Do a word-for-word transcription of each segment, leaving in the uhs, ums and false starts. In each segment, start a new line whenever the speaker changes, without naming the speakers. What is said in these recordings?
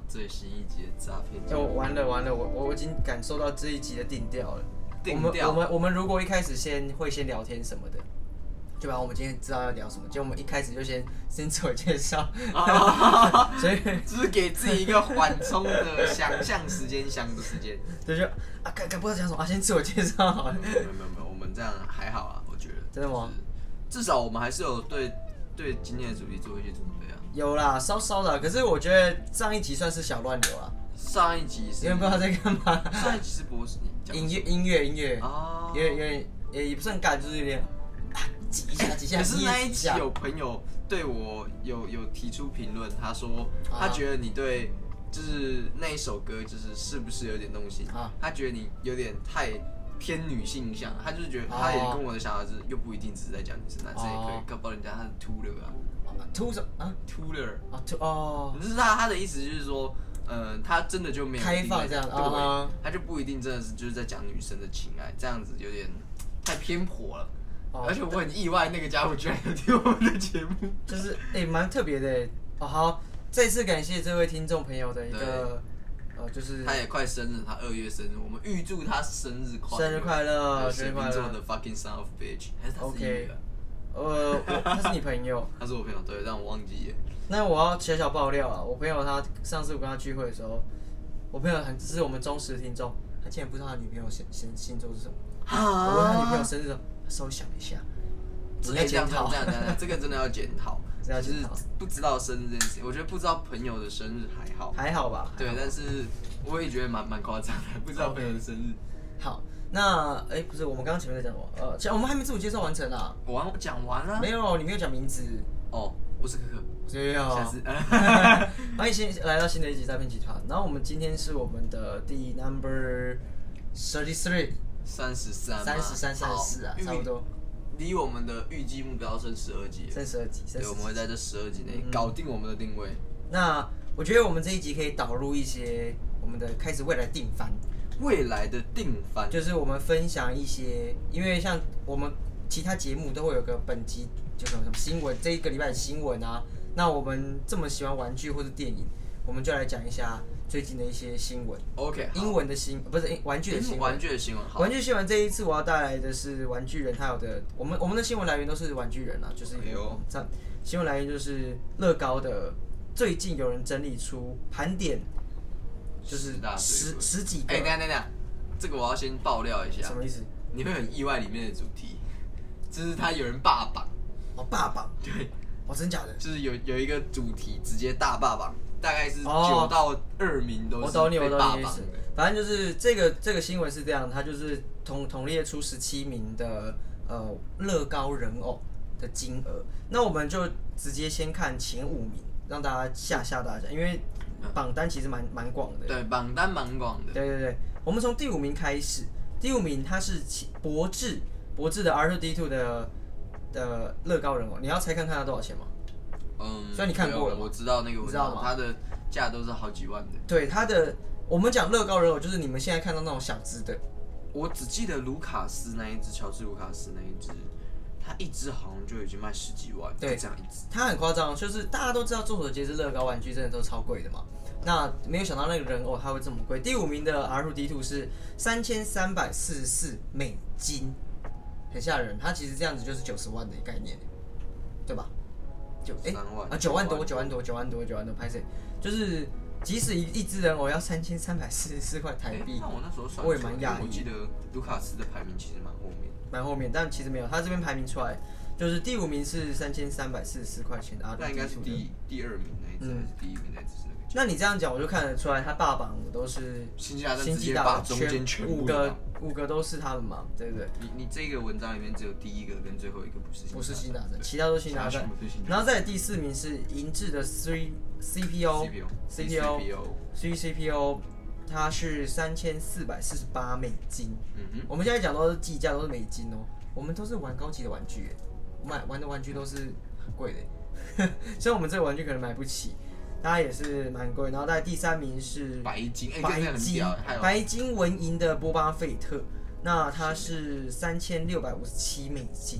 最新一集的诈骗。
哎，我完了完了，我我已经感受到这一集的定调了。
定调。
我们我们我们如果一开始先会先聊天什么的，就把我们今天知道要聊什么，就我们一开始就先先自我介绍，所以
就是给自己一个缓冲的想象时间、想的时间。
对，就啊，该该不知道讲什么啊，先自我介绍好了。
没有没有没有，我们这样还好啊，我觉得。
真的吗？
至少我们还是有对对今天的主题做一些准备啊。
有啦，稍稍的，可是我觉得上一集算是小乱流啦。
上一集是，
因为不知道在干嘛。
上一集是博士
音乐音乐音乐
啊，
有点有点也也不是很尬，就是有点啊挤一下挤一下。
可是那一集有朋友对我有有提出评论，他说他觉得你对就是那一首歌就是是不是有点东西，啊、他觉得你有点太偏女性向，他就是觉得、啊、他也跟我的想法是又不一定只是在讲女生，男生也可以，搞不好人家他是秃了啊，
秃什么啊？
秃了
啊秃哦，
就是他他的意思就是说。嗯，他真的就没有
开放这样，对，
uh-huh. 他就不一定真的是就是在讲女生的情爱，这样子有点太偏颇了。Oh, 而且我很意外，那个家伙居然有听我们的节目，
就是哎，蛮、欸、特别的。哦，好，再次感谢这位听众朋友的一个，呃，就是
他也快生日，他二月生日，我们预祝他生日快乐，
生日快乐，生日快乐。
水瓶座的 fucking son of bitch， 还是他是一个？
Okay. 呃，他是你朋友，
他是我朋友，对，但我忘记了。
那我要小小爆料啊，我朋友他上次我跟他聚会的时候，我朋友很是我们忠实的听众，他竟然不知道他女朋友星星星座是什么。我问他女朋友生日的时候，他稍微想了一下，
这要检讨，这样这样，这个真的要检讨。就是不知道生日这件事情，我觉得不知道朋友的生日还好，
还好吧？
对，但是我也觉得蛮蛮夸张的，不知道朋友的生日。
好。那哎、欸，不是，我们刚刚前面在讲什么？呃，讲我们还没自我介绍完成啊。
我完讲完了。
没有，你没有讲名字。
哦，我是可可。
对啊。
下次。
欢迎新来到新的一集诈骗集团。然后我们今天是我们的第 number thirty three。
三十三。
三十三、三十四啊，差不多。
离我们的预计目标剩十二集。
剩十二集。
对，我们会在这十二集内搞定我们的定位。
嗯、那我觉得我们这一集可以导入一些我们的开始未来定番。
未来的定番
就是我们分享一些，因为像我们其他节目都会有个本集就什么什么新闻，这一个礼拜的新闻啊。那我们这么喜欢玩具或者电影，我们就来讲一下最近的一些新闻。
OK，
英文的新不是玩具的新闻。
玩具的新闻，好。
玩具新闻这一次我要带来的是玩具人，他有的我们我们的新闻来源都是玩具人啊，就是一个网站。新闻来源就是乐高的，最近有人整理出盘点。就是十十几个。
哎、欸，等下等下，这个我要先爆料一下。
什么意思？
你会很意外里面的主题，就是他有人霸榜。
哦，霸榜。
对。
哦，真假的？
就是有有一个主题直接大霸榜，大概是九到二名都是被霸榜的。
反正就是这个这个新闻是这样，他就是统统列出十七名的呃乐高人偶的金额。那我们就直接先看前五名，让大家吓吓大家，因为。榜单其实蛮蛮广的，
对，榜单蛮广的。
对对对，我们从第五名开始，第五名它是博智，博智的 R 二 D 二 的的乐高人偶，你要猜看看它多少钱吗？
嗯，
虽然你看过了，
我知道那个，
你知道吗？
它的价都是好几万的。
对，它的我们讲乐高人偶，就是你们现在看到那种小只的。
我只记得卢卡斯那一只，乔治卢卡斯那一只。它一只好像就已经卖十几万，对，这样一只。
它很夸张，就是大家都知道众所皆知乐高玩具真的都超贵的嘛。那没有想到那个人偶它会这么贵。第五名的 R 二 D 二 是三千三百四十四美金，很吓人。它其实这样子就是九十万的概念，对吧？九哎啊九万多九万多九万多九万多，拍谁？就是即使一一只人偶要三千三百四十四块台币，
那我那时候算，
我也蛮讶异。
我记得卢卡斯的排名其实蛮后面。
蛮后面，但其实没有，他这边排名出来，就是第五名是三千三百四十四块钱的，
那应该是第第二名那一只，嗯，第一名那一只是那个。
那你这样讲，我就看得出来，他霸榜的都是
星际大战，直接把中间全
五个五个都是他们嘛，对不对？
你你这个文章里面只有第一个跟最后一个不是
不是星际大战，其他都是星际大战。然后再第四名是银质的 three C P O C P O three C P O。它是三千四百四十八美金。嗯哼，我们现在讲都是计价，都是美金哦。我们都是玩高级的玩具，买玩的玩具都是很贵的，所以我们这个玩具可能买不起，它也是蛮贵。然后在第三名是
白金，
白金，白金纹银的波巴费特，那它是三千六百五十七美金。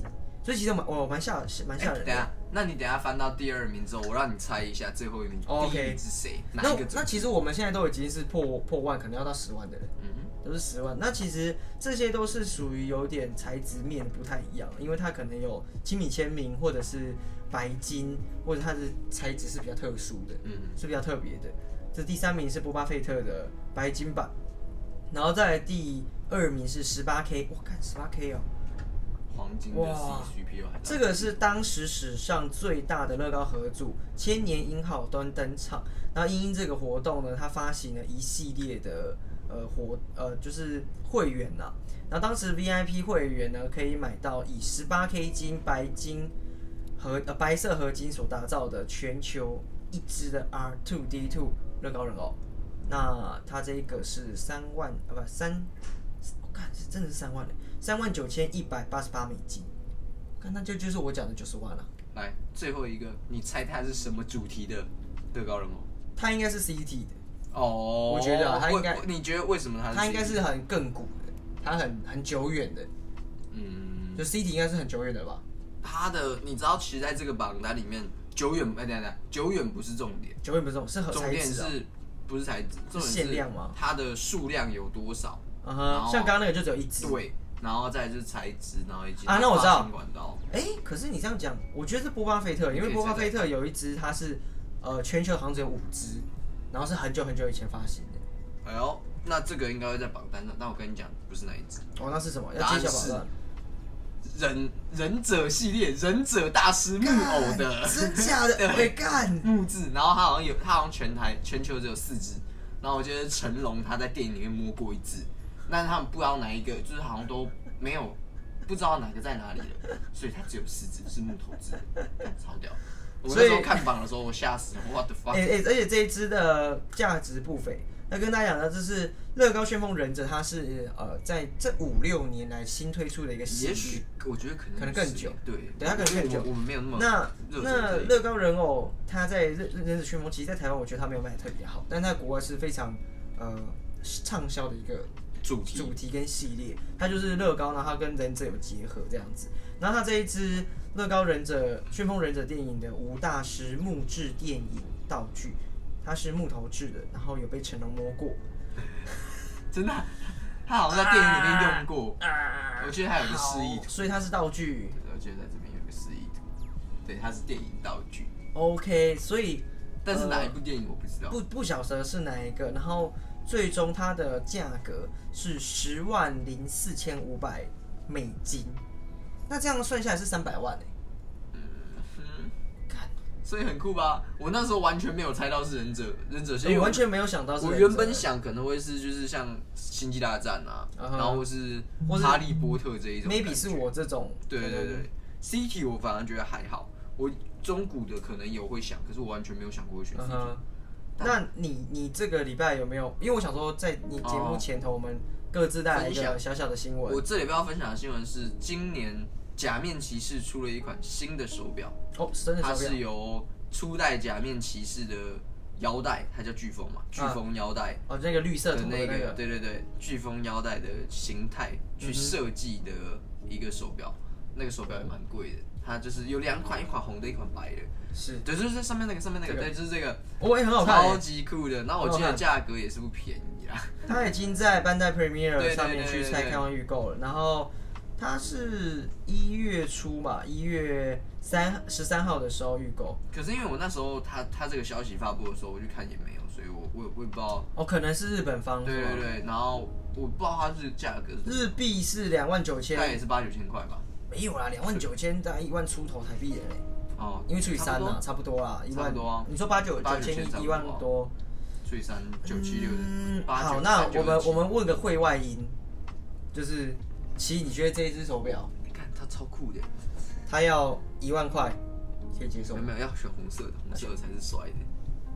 所以其实蛮我蛮吓蛮吓人的。
等下，那你等下翻到第二名之后，我让你猜一下最后一名第一名是谁？哪一个？
那其实我们现在都已经是破破万，可能要到十万的人，嗯，都是十万。那其实这些都是属于有点材质面不太一样，因为它可能有亲笔签名，或者是白金，或者它的材质是比较特殊的，嗯，是比较特别的。这第三名是波巴费特的白金版，然后再来第二名是十八 K， 我看十八 K 哦。
黄金的 C C P O，
这个是当时史上最大的乐高合组，千年鹰号端登场。然后因应这个活动呢，它发行了一系列的呃活呃就是会员呐、啊。然后当时 V I P 会员呢，可以买到以十八 K 金白金和呃白色合金所打造的全球一支的 R 二 D 二 乐高人偶。那它这个是三万啊不三，我看是真的是三万嘞。三万九千一百八十八美金，看那就就是我讲的九十万了。
来，最后一个，你猜它是什么主题的乐高人偶？
它应该是 C T 的。
哦，
我觉得、啊、它应该，
你觉得为什么它是？
它应该是很亘古的，它很很久远的。嗯，就 C T 应该是很久远的吧？
它的，你知道，其实在这个榜单里面，久远，哎，等等，久远不是重点，
久远不是重点，是和材质、啊、
重点是不是材质？
是限量吗？
它的数量有多少？
嗯哼，像刚刚那个就只有一只。
对。然后再就是材质，然后以及
啊，那我知道。
管道。
哎，可是你这样讲，我觉得是波巴费特，因为波巴费特有一只，它是呃全球好像只有五只，然后是很久很久以前发行的。
哎呦，那这个应该会在榜单上，但我跟你讲，不是那一只。
哦，那是什么？要揭晓榜单。
忍忍者系列，忍者大师木偶的，
真假的？对，干
木质，然后它好像有，它好像全台全球只有四只，然后我觉得成龙他在电影里面摸过一只。但是他们不知道哪一个，就是好像都没有，不知道哪个在哪里了，所以它只有四只，是木头制的，超屌！我那时候看榜的时候，我吓死了 ，what the fuck！
哎、欸欸、而且这一只的价值不菲。那跟大家讲呢，这是乐高旋风忍者，它是呃在这五六年来新推出的一个系列，
也许我觉得可能
可能更久，
对，
对，它可能更久。
我们没有那么
那那乐高人偶，它在忍者旋风，其实在台湾我觉得它没有卖的特别好，但在国外是非常呃畅销的一个。
主题
主题跟系列，它就是乐高，然后它跟忍者有结合这样子。然后它这一支乐高忍者旋风忍者电影的吴大师木质电影道具，它是木头制的，然后有被成龙摸过。
真的，他好像在电影里面用过。啊、我记得还有个示意图，
所以它是道具。
我记得在这边有个示意图，对，它是电影道具。
OK， 所以
但是哪一部电影我不知道，
不不晓得是哪一个，然后。最终它的价格是十万零四千五百美金，那这样算下来是三百万哎、欸。
嗯，看，所以很酷吧？我那时候完全没有猜到是忍者，忍者系列，
我完全没有想到是忍者。
我原本想可能会是就是像星际大战啊， uh huh. 然后或是哈利波特这一种
，maybe 是我这种。
对对对对 ，C T 我反而觉得还好，我中古的可能有会想，可是我完全没有想过会选 C T。Uh huh.
那你你这个礼拜有没有？因为我想说，在你节目前头，我们各自带来一个小小的新闻。
我这礼拜要分享的新闻是，今年假面骑士出了一款新的手表。
哦，真的手表。
它是由初代假面骑士的腰带，它叫飓风嘛，飓风腰带。
哦，那个绿色的
那个，对对对，飓风腰带的形态去设计的一个手表，那个手表也蛮贵的。它就是有两款，一款红的，一款白的。
是，
对，就是上面那个，上面那个，对，就是这个，
哦，也很好看，
超级酷的。那我记得价格也是不便宜啦。
它已经在班代 Premier 上面去才看完预购了，然后它是一月初嘛，一月三十三号的时候预购。
可是因为我那时候它它这个消息发布的时候，我去看也没有，所以我我我也不知道。
哦，可能是日本方。
对对对，然后我不知道它是价格是。
日币是两万九千。
大概也是八九千块吧。
没有啦，两万九千大概一万出头台币嘞。
哦，
因为除以三嘛，差不多啦，一万
多啊。
你说八九九千一一万多，
除以三九七六。
嗯，好，那我们我们问个会外音，就是其实你觉得这一只手表，
你看它超酷的，
它要一万块，可以接受？
没有，要选红色的，红色的才是帅的。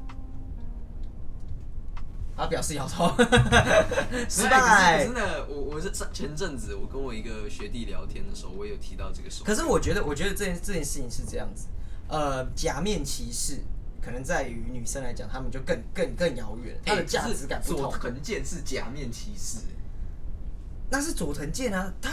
他表示摇头，失败。
真的，我我是前阵子我跟我一个学弟聊天的时候，我也有提到这个手。
可是我觉得，我觉得这件这件事情是这样子，呃，假面骑士可能在于女生来讲，他们就更更更遥远，它的价值感不同。
佐藤健是假面骑士，
那是佐藤健啊，他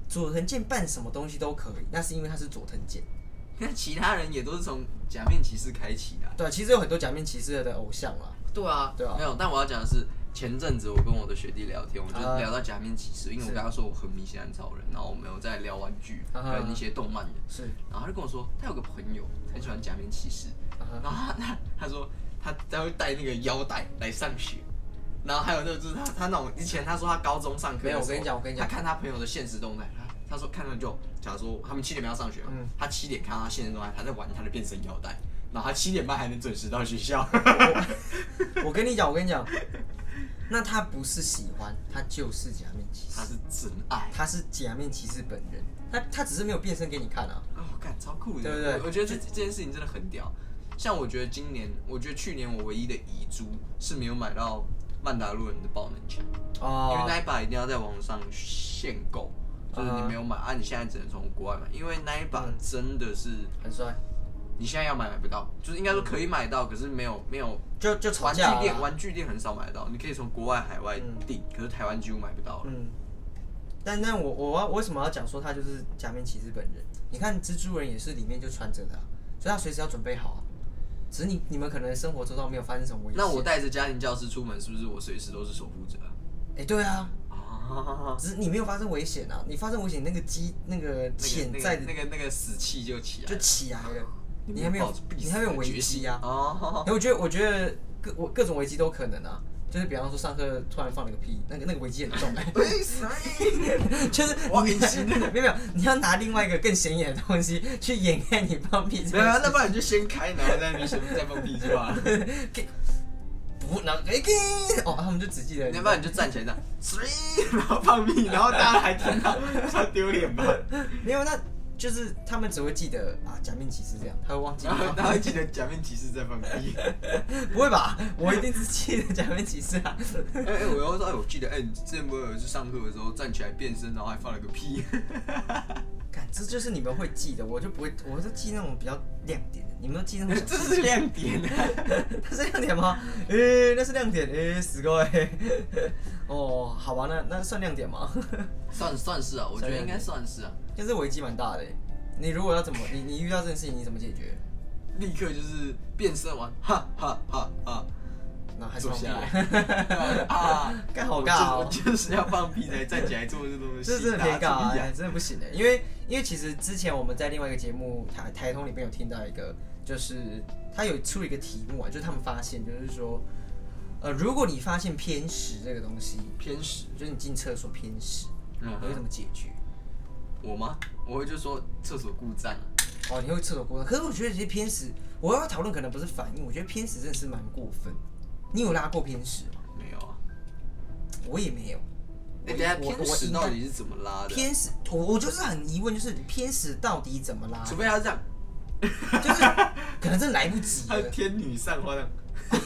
佐藤健扮什么东西都可以，那是因为他是佐藤健。
那其他人也都是从假面骑士开启的、啊。
对，其实有很多假面骑士的偶像啦。
对啊，对啊，没有。但我要讲的是，前阵子我跟我的学弟聊天，我就聊到假面骑士，因为我跟他说我很迷仙人超人，然后我们有在聊玩具跟一些动漫的。是。然后他就跟我说，他有个朋友很喜欢假面骑士，然后他他他说他他会带那个腰带来上学。然后还有那个就是他他那种以前他说他高中上课，
没有我跟你讲我跟你讲，
他看他朋友的现实动态，他他说看到就假如说他们七点半要上学嘛，嗯、他七点看到他现实动态，他在玩他的变身腰带，然后他七点半还能准时到学校。
我, 我跟你讲我跟你讲，那他不是喜欢，他就是假面骑士，
他是真爱，
他是假面骑士本人，他他只是没有变身给你看啊。
哦，干超酷的，
对不对？
我, 我觉得这这件事情真的很屌。像我觉得今年，我觉得去年我唯一的遗珠是没有买到曼达洛人的爆能枪，哦，因为那一把一定要在网上限购，就是你没有买啊，你现在只能从国外买，因为那一把真的是
很帅，
你现在要买买不到，就是应该说可以买到，可是没有没有，
就就
玩具店玩具店很少买得到，你可以从国外海外订，嗯、可是台湾几乎买不到了。嗯，
但但我我我为什么要讲说他就是假面骑士本人？你看蜘蛛人也是里面就穿着的、啊，所以他随时要准备好、啊。只是你你们可能生活周遭没有发生什么危险。
那我带着家庭教师出门，是不是我随时都是守护者？
哎、欸，对啊。啊。只是你没有发生危险啊！你发生危险，那个机那个潜在的
那个那个那个死气就起来
就起来了。你还没有你还没有危机啊！哦。我觉得我觉得各我各种危机都可能啊。就是比方说上课突然放了个屁，那个那个危机很重哎、欸，就是
我隐形的，
没有没有，你要拿另外一个更显眼的东西去掩盖你放屁。
没有，那不然你就先开，然后在那边再放屁是吧？
不，然后哎哦，他们就只记得，
要不然你就站起来这样 ，three， 然后放屁，然后大家还听到，超丢脸吧？
没有那。就是他们只会记得啊，假面骑士这样，他会忘记。
然后他会记得假面骑士在放屁。
不会吧？我一定是记得假面骑士啊。
哎哎、欸，我要说，哎，我记得，哎、欸，你之前不是有一次上课的时候站起来变身，然后还放了个屁。
看，这就是你们会记的，我就不会，我就记那种比较亮点的。你们都记那种。
这是亮点啊？
它是亮点吗？哎、欸，那是亮点，哎、欸，死过哎。哦，好吧，那那算亮点吗？
算算是啊，我觉得应该算是啊。
但是危机蛮大的，你如果要怎么，你你遇到这件事情，你怎么解决？
立刻就是变身完，哈哈哈哈，
然后还是放屁
啊！
干好尬哦！
我就是要放屁才站起来做这东西，
这真的偏尬啊！真的不行的，因为因为其实之前我们在另外一个节目台台通里面有听到一个，就是他有出一个题目啊，就是他们发现就是说，呃，如果你发现偏食这个东西，
偏食
就是你进厕所偏食，嗯，你会怎么解决？
我吗？我会就说厕所故障。
哦，你会厕所故障，可是我觉得这些偏食，我要讨论可能不是反应，我觉得偏食真的是蛮过分。你有拉过偏食吗？
没有啊，
我也没有。
哎、欸，等一下偏食到底是怎么拉的？
偏食，我我就是很疑问，就是偏食到底怎么拉？
除非他是这样，
就是可能真的来不及了。
他天女散花的，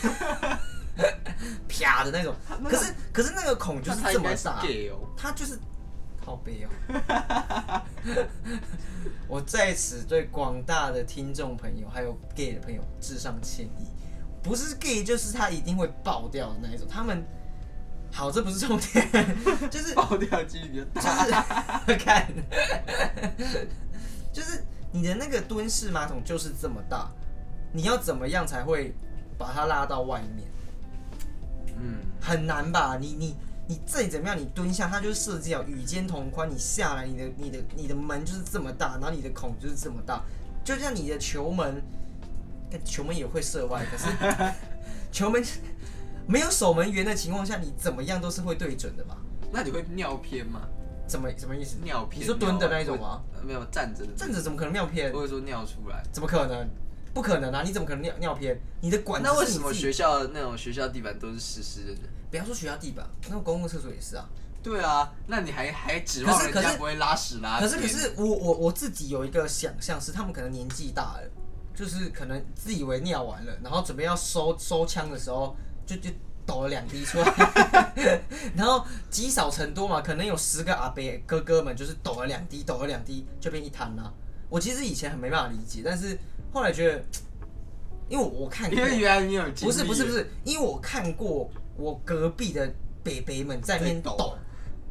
啪的那种。可是可是那个孔就是这么大，
他
就是。好悲哦！我在此对广大的听众朋友还有 gay 的朋友致上歉意。不是 gay 就是他一定会爆掉的那一种。他们好，这不是重点，就是
爆掉几率比较大。
就是看，就是你的那个蹲式马桶就是这么大，你要怎么样才会把它拉到外面？嗯，很难吧？你你。你再怎么样，你蹲下，它就是设计好与肩同宽。你下来，你的、你的、你的门就是这么大，然后你的孔就是这么大，就像你的球门，球门也会射外，可是球门没有守门员的情况下，你怎么样都是会对准的吧？
那你会尿偏吗？
怎么什么意思？
尿偏？
你说蹲的那一种吗？
没有，站着的。
站着怎么可能尿偏？
或者说尿出来？
怎么可能？不可能啊！你怎么可能尿尿偏？你的管子是你自己。
那为什么学校的那种学校地板都是湿湿的呢？
不要说学校地板，那种公共厕所也是啊。
对啊，那你还还指望人家不会拉屎拉
可是可是我我我自己有一个想象是，他们可能年纪大了，就是可能自以为尿完了，然后准备要收收枪的时候，就就抖了两滴出来，然后积少成多嘛，可能有十个阿伯哥哥们就是抖了两滴，抖了两滴就变一滩啦。我其实以前很没办法理解，但是后来觉得，因为我看过，
因为原来你有经历，
不是不是不是，因为我看过我隔壁的北北们在那边抖，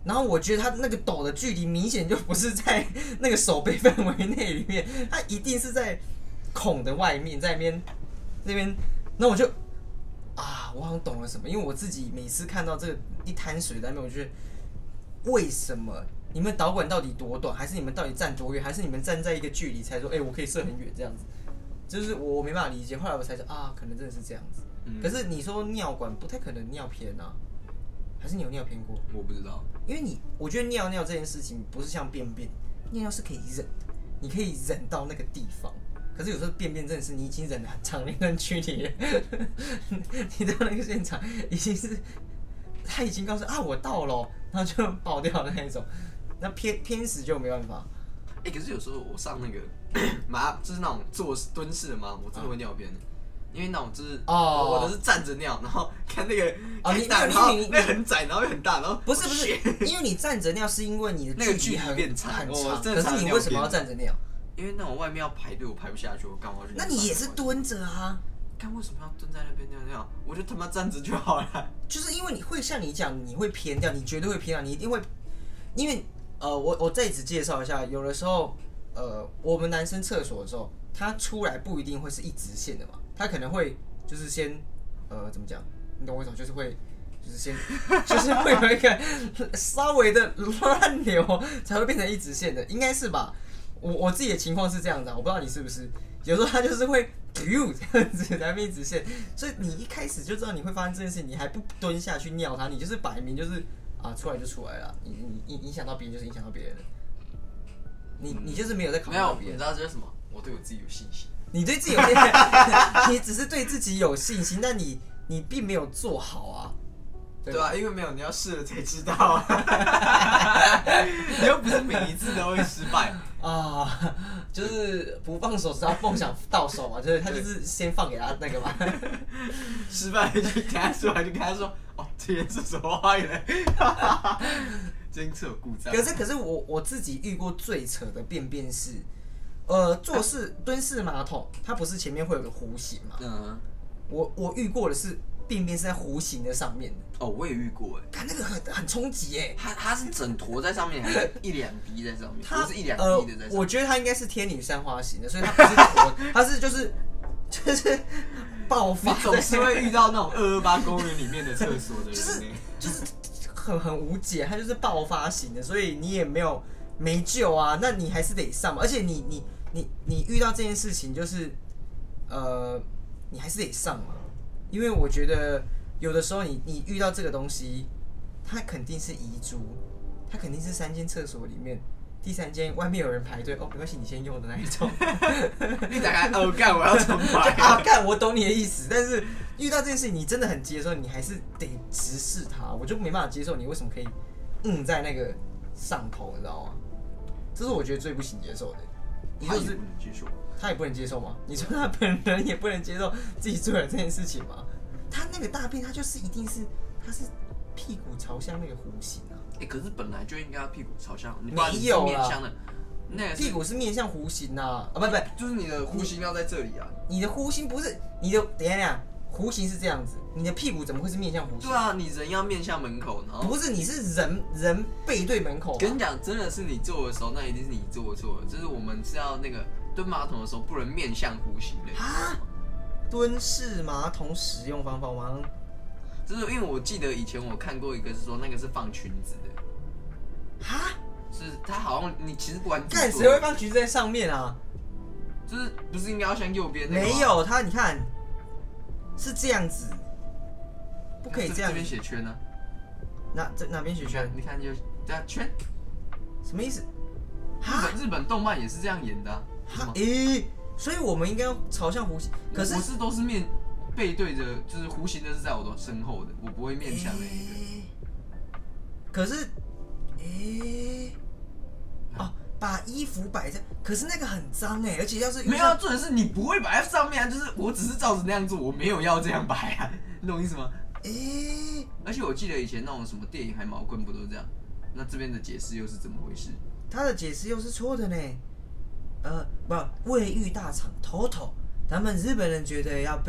然后我觉得他那个抖的距离明显就不是在那个手背范围内里面，他一定是在孔的外面，在那边那边，那我就啊，我好像懂了什么，因为我自己每次看到这个一滩水在那边，我觉得为什么你们导管到底多短，还是你们到底站多远，还是你们站在一个距离才说，哎、欸，我可以射很远这样子，就是我没办法理解。后来我才说啊，可能真的是这样子。嗯、可是你说尿管不太可能尿偏啊。还是你有尿偏过？
我不知道，
因为你，我觉得尿尿这件事情不是像便便，尿尿是可以忍的，你可以忍到那个地方。可是有时候便便真的是你已经忍了很长的一段距离了，你到那个现场已经是他已经告诉啊我到了，然后就爆掉的那一种，那偏偏死就没办法。
哎、欸，可是有时候我上那个马，就是那种坐蹲式的马，我真的会尿偏的。啊因为那种就是，哦、我的是站着尿，然后看那个，
哦，你
然后那很窄，然后又很大，然后
不是不是，因为你站着尿是因为你的
那个距离
很
变长，
很长，可是你为什么要站着尿？
因为那种外面要排队，我排不下去，我干嘛去？
那你也是蹲着啊？
看为什么要蹲在那边尿尿？我就他妈站着就好了。
就是因为你会像你讲，你会偏掉，你绝对会偏掉，你一定会，因为呃，我我再次介绍一下，有的时候呃，我们男生厕所的时候，它出来不一定会是一直线的嘛，它可能会。就是先，呃，怎么讲？你懂我意思吗？就是会，就是先，就是会有一个稍微的乱流，才会变成一直线的，应该是吧？我我自己的情况是这样子、啊，我不知道你是不是。有时候它就是会，这样子才变一直线，所以你一开始就知道你会发生这件事情，你还不蹲下去尿它，你就是摆明就是啊，出来就出来了，你你影响到别人就是影响到别人了，你你就是没有在考虑到别人。
你知道这是什么？我对我自己有信心。
你对自己有信心，你只是对自己有信心，但你你并没有做好啊，
对吧、啊？因为没有，你要试了才知道啊。你又不是每一次都会失败
啊，就是不放手，只要梦想到手嘛，就是他就是先放给他那个嘛。
失败就跟他说，就跟他说，哦，这件是什么花园？监测有故障。
可是可是我我自己遇过最扯的便便是。呃，坐式蹲式马桶，它不是前面会有个弧形吗？嗯，我我遇过的是便便是在弧形的上面的。
哦，我也遇过哎，
看那个很很冲击哎。
它它是整坨在上面，还是一两滴在上面？它是一两滴的在上面。
呃，我觉得它应该是天女散花型的，所以它不是坨，它是就是就是爆发。
你总是会遇到那种二二八公园里面的厕所的人，
就是就是很很无解，它就是爆发型的，所以你也没有。没救啊，那你还是得上嘛。而且你你你你遇到这件事情，就是呃，你还是得上嘛。因为我觉得有的时候你你遇到这个东西，它肯定是遗珠，它肯定是三间厕所里面第三间外面有人排队，哦，没关系，你先用的那一种。
你打开，哦干，我要重买。
啊干，我懂你的意思，但是遇到这件事情，你真的很接受，你还是得直视它。我就没办法接受你为什么可以嗯在那个上头，你知道吗？这是我觉得最不行接受的。
他也不能接受，
他也不能接受吗？你说他本人也不能接受自己做了这件事情吗？他那个大便，他就是一定是，他是屁股朝向那个弧形啊。
哎、欸，可是本来就应该屁股朝向，
没有
面向的，那个
屁股是面向弧形啊，啊不不，
就是你的弧形要在这里啊。
你的弧形不是你的，等一下等一下。弧形是这样子，你的屁股怎么会是面向弧形？
对啊，你人要面向门口，然后
不是，你是人人背对门口。
跟你讲，真的是你做的时候，那一定是你做错了。就是我们是要那个蹲马桶的时候，不能面向弧形的。
啊？蹲式马桶使用方法吗？
就是因为我记得以前我看过一个是说那个是放裙子的。
哈？
是它好像你其实不管
看谁会放裙子在上面啊？
就是不是应该要向右边那个吗？
没有，它你看。是这样子，不可以这样。
这边写圈呢？
哪这哪边写圈？
你看就这样圈，
什么意思？
日本日本动漫也是这样演的、啊。
哈，诶、欸，所以我们应该要朝向弧形。可是
我是都是面背对着，就是弧形的是在我的身后的，我不会面向那一个。欸、
可是，诶、欸，哦。把衣服摆在，可是那个很脏哎，而且要是
没有，重点是你不会摆在上面啊，就是我只是照着那样做，我没有要这样摆啊，你懂我意思吗？哎、欸，而且我记得以前那种什么电影海毛棍不都是这样？那这边的解释又是怎么回事？
他的解释又是错的呢。呃，不，卫浴大厂 Toto， 他们日本人觉得要背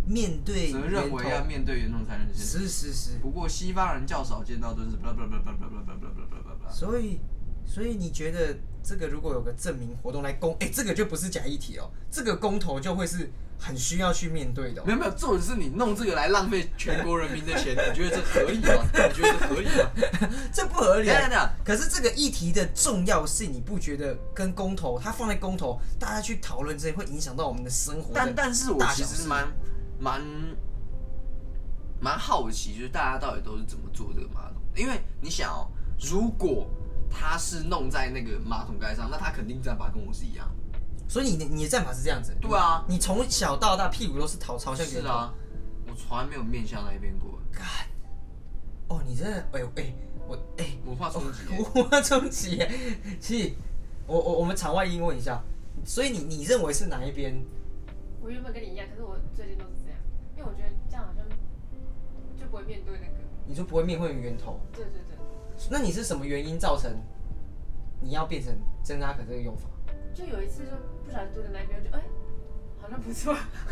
面对
则认为要面对源头才能现
是是是。
不过西方人较少见到都是 blah blah blah blah blah blah blah blah blah。
所以所以你觉得这个如果有个证明活动来公，哎、欸，这个就不是假议题哦，这个公投就会是很需要去面对的、哦。
没有没有，重点是你弄这个来浪费全国人民的钱，你觉得这合理吗？你觉得这合理吗？
这不合理、啊。
等等，
可是这个议题的重要性，你不觉得跟公投，它放在公投，大家去讨论这会影响到我们的生活的？
但但是我其实蛮蛮蛮好奇，就是大家到底都是怎么做这个马桶？因为你想哦，如果他是弄在那个马桶盖上，那他肯定站法跟我是一样。
所以你的你的站法是这样子？
对啊，
你从小到大屁股都是朝朝向源头。
是啊，我从来没有面向那一边过。
干，哦，你真的，哎、欸、哎、欸，我哎、欸，
文化冲击，
文化冲击耶！其实，我我我们场外音问一下，所以你你认为是哪一边？
我原本跟你一样，可是我最近都是这样，因为我觉得这样好像就不会面对那个。
你说不会面会源头？
对对对。
那你是什么原因造成你要变成真阿可这个用法？
就有一次就不小心蹲在那边，就哎、欸，好像不错。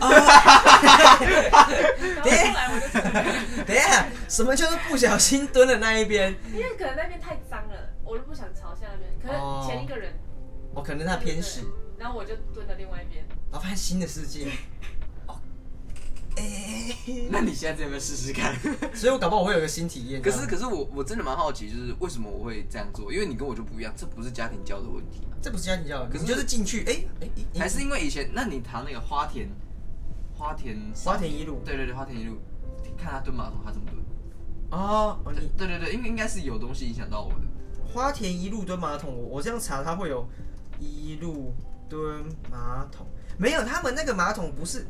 等一下，等一下，什么叫做不小心蹲的那一边？
因为可能那边太脏了，我就不想朝向那边。可能前一个人，
哦，可能他偏食，
然后我就蹲在另外一边，
然后发现新的世界。
哎、欸，那你现在有没有试试看？
所以我搞不好我会有个新体验。
可是可是我我真的蛮好奇，就是为什么我会这样做？因为你跟我就不一样，这不是家庭教的问题。
这不是家庭教的，可是你就是进去，哎、欸、哎、欸，
还是因为以前，那你谈那个花田，花田
花田一路，
对对对，花田一路，看他蹲马桶，他怎么蹲？
哦，你
对对对，应应该是有东西影响到我的。
花田一路蹲马桶，我我这样查，它会有一路蹲马桶，没有，他们那个马桶不是。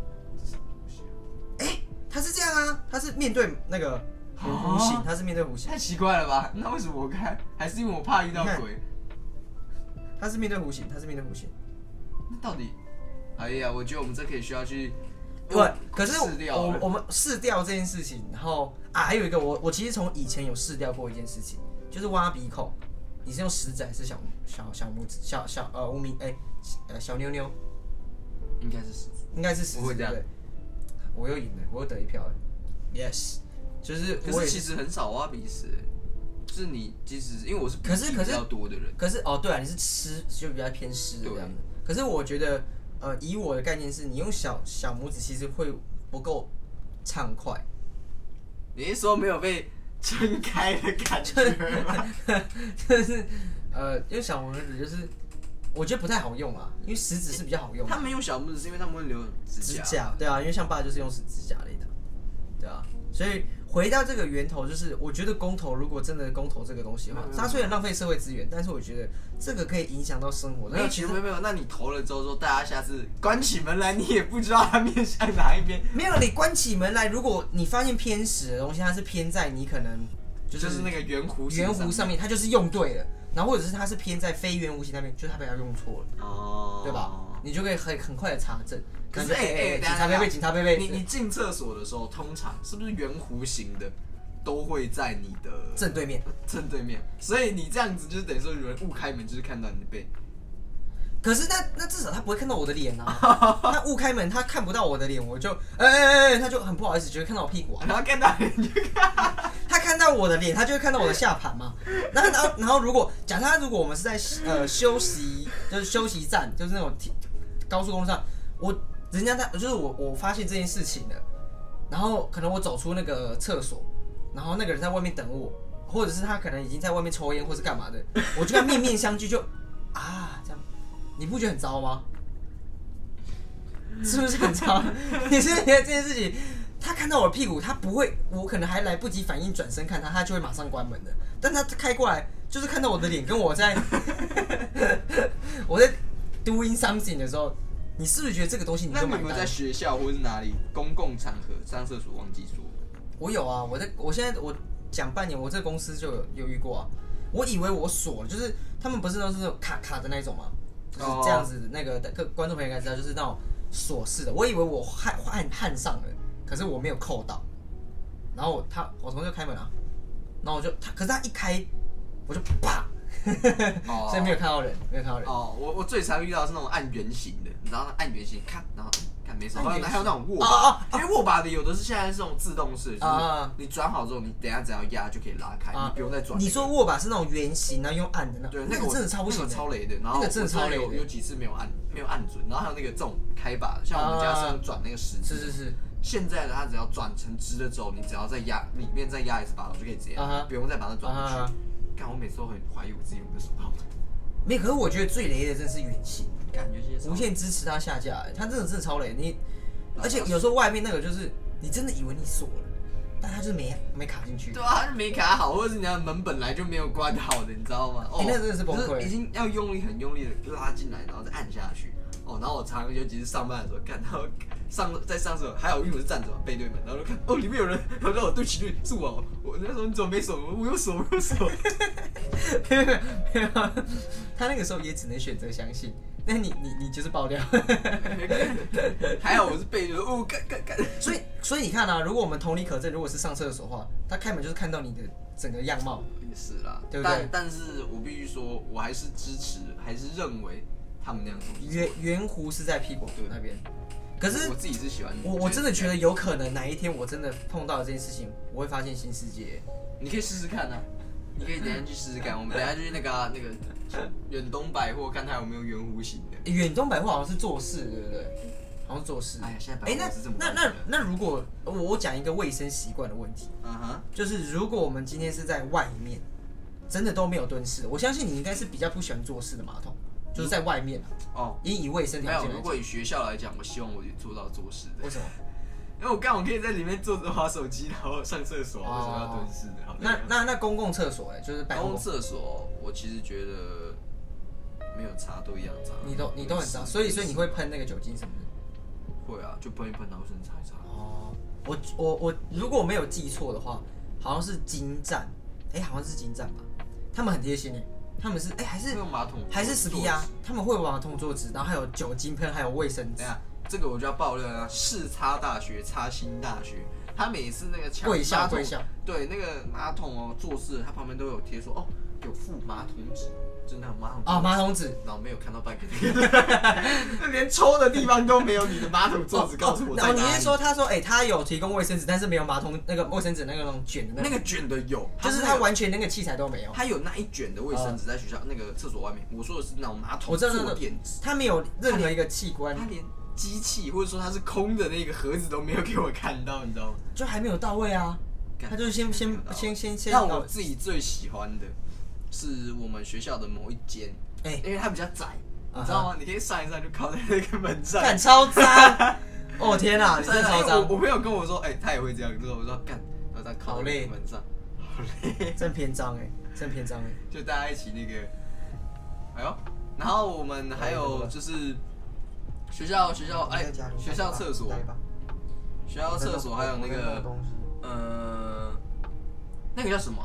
哎、欸，他是这样啊，他是面对那个弧形，他是面对弧形，
太奇怪了吧？那为什么我看？还是因为我怕遇到鬼？
他是面对弧形，他是面对弧形。
那到底？哎呀，我觉得我们这可以需要去。
对，可是我我们试掉这件事情，然后啊，还有一个我我其实从以前有试掉过一件事情，就是挖鼻孔。你是用食指还是小小小拇指？小小呃无名哎呃小妞妞？
应该是食指，
应该是食指，对不对？我又赢了，我又得一票了。Yes， 就是
可是其实很少挖鼻屎，就是你即使因为我是
可是可是
比较多的人，
可是哦对啊，你是吃就比较偏湿的这样子。可是我觉得呃，以我的概念是，你用小小拇指其实会不够畅快。
你是说没有被撑开的感觉吗？
就是呃，用小拇指就是。我觉得不太好用啊，因为食指是比较好用。
他们用小拇指是因为他们会留指甲。
指甲，对啊，因为像爸就是用指甲类的，对啊。所以回到这个源头，就是我觉得公投如果真的公投这个东西的话，它虽然浪费社会资源，但是我觉得这个可以影响到生活。
没有，其实没有没有。那你投了之后，说大家下次关起门来，你也不知道它面向哪一边。
没有，你关起门来，如果你发现偏食的东西，它是偏在你可能就是
就是那个圆弧
圆弧上面，它就是用对了。然后或者是它是偏在非圆弧形那边，就是它被它用错了，哦，对吧？你就可以很很快的查证。
可是哎哎，
警察贝贝，警察贝贝，
你你进厕所的时候，通常是不是圆弧形的都会在你的
正对面？
正对面，所以你这样子就是等于说有人误开门，就是看到你的背。
可是那那至少他不会看到我的脸啊！他误开门，他看不到我的脸，我就哎哎哎，他就很不好意思，觉得看到我屁股啊。
然后看到脸就看，
他看到我的脸，他就会看到我的下盘嘛。然后然后然后如果假设他如果我们是在呃休息，就是休息站，就是那种高速公路上，我人家他就是我我发现这件事情了，然后可能我走出那个厕所，然后那个人在外面等我，或者是他可能已经在外面抽烟或是干嘛的，我就跟他面面相觑就啊这样。你不觉得很糟吗？是不是很糟？你是不是觉得这件事情，他看到我的屁股，他不会，我可能还来不及反应转身看他，他就会马上关门的。但他开过来，就是看到我的脸，跟我在我在 doing something 的时候，你是不是觉得这个东西你就买单？
那你有没有在学校或是哪里公共场合上厕所忘记说？
我有啊，我在我现在我讲半年，我这个公司就有有遇过啊。我以为我锁了，就是他们不是都是卡卡的那种吗？就是这样子，那个各观众朋友应该知道，就是那种锁式的。我以为我焊焊焊上了，可是我没有扣到。然后他我同学开门啊，然后我就他，可是他一开，我就啪，哦、所以没有看到人，没有看到人。
哦，我我最常遇到的是那种按圆形的，你知道那按圆形，看，然后看看没什么。还有那种握把，因为握把的有的是现在是这种自动式，就是你转好之后，你等一下只要压就可以拉开，你不用再转。
你说握把是那种圆形，然后用按的那？
对，
那个真的超不行，
超雷的。然后
那个真的超雷，
有有几次没有按没有按准，然后还有那个这种开把，像我们家是用转那个十字。
是是是。
现在的它只要转成直了之后，你只要再压里面再压一次把手就可以直接，不用再把它转回去。看我每次都很怀疑我自己用的手套。
没，可是我觉得最雷的真是圆形，
感觉
无限支持它下架，它真的真的超雷。你，而且有时候外面那个就是你真的以为你锁了，但它就是没没卡进去。
对啊，它就没卡好，或者是你的门本来就没有关好的，你知道吗？
哦，那真的是崩溃，
已经要用力很用力的拉进来，然后再按下去。哦，然后我常尤其是上班的时候，看到上在上厕所，还好因为我是站着嘛，背对门，然后就看哦里面有人，然后我对不起对是我，我那时候你怎么没锁？我有锁，我有锁。
没有没有，他那个时候也只能选择相信，那你你你就是爆料。
还好我是背着，哦干干干。
所以所以你看啊，如果我们同理可证，如果是上厕所的话，他开门就是看到你的整个样貌。
也是啦，
对不对？
但但是我必须说，我还是支持，还是认为。他们那样做，
圆圆弧是在屁股那边，可是
我自己是喜欢。
我我真的觉得有可能哪一天我真的碰到了这件事情，我会发现新世界。
你可以试试看啊，你可以等一下去试试看。我们等一下就去那个、啊、那个远东百货看它有没有圆弧形的。
远东百货好像是做事，对不对？好像做事。
哎呀，现在百货是这么。
那那那那如果我讲一个卫生习惯的问题，嗯哼，就是如果我们今天是在外面，真的都没有蹲式，我相信你应该是比较不喜欢坐式的马桶。就是在外面哦，因以卫生条件
没有。如果以学校来讲，我希望我也做到坐式的。
为什么？
因为我刚好可以在里面坐着滑手机，然后上厕所，为什么要蹲式的？
那那那公共厕所哎，就是
公共厕所，我其实觉得没有擦都一样擦。
你都你都很脏，所以所以你会喷那个酒精什么的？
会啊，就喷一喷，然后甚至擦一擦。
哦，我我我如果没有记错的话，好像是金站，哎，好像是金站吧？他们很贴心哎。他们是哎、欸、还是
马桶
还是 S P 啊？他们会有马桶坐姿，然后还有酒精喷，还有卫生纸。
这个我就要爆料啊！世擦大学、擦新大学，他每次那个墙
跪下跪下，
对那个马桶哦坐式，它旁边都有贴说哦有附马桶纸，就是那种马桶
啊、哦、马桶纸，
然后没有看到半个，连抽的地方都没有，你的马桶座子告诉我在哪里。
然后你是说他说哎、欸、他有提供卫生纸，但是没有马桶那个卫生纸那个那种卷的那
个那个卷的有，
就是他完全那个器材都没有。
他有那一卷的卫生纸在学校那个厕所外面。我说的是那种马桶坐垫纸，
他没有任何一个器官，
他连机器或者说它是空的那个盒子都没有给我看到，你知道吗？
就还没有到位啊。他就是先先先先先。
但我自己最喜欢的是我们学校的某一间，哎、欸，因为它比较窄，你知道吗？ Uh-huh. 你可以上一上就靠在那个门上，
干超脏！哦天哪，你真的超脏！
我我朋友跟我说，哎、欸，他也会这样，之后我说干，然后他靠在那个门上，好累，
真偏脏哎，真偏脏哎，
就大家一起那个，哎呦，然后我们还有就是学校学校哎，学校厕所，学校厕所还有那个呃，那个叫什么？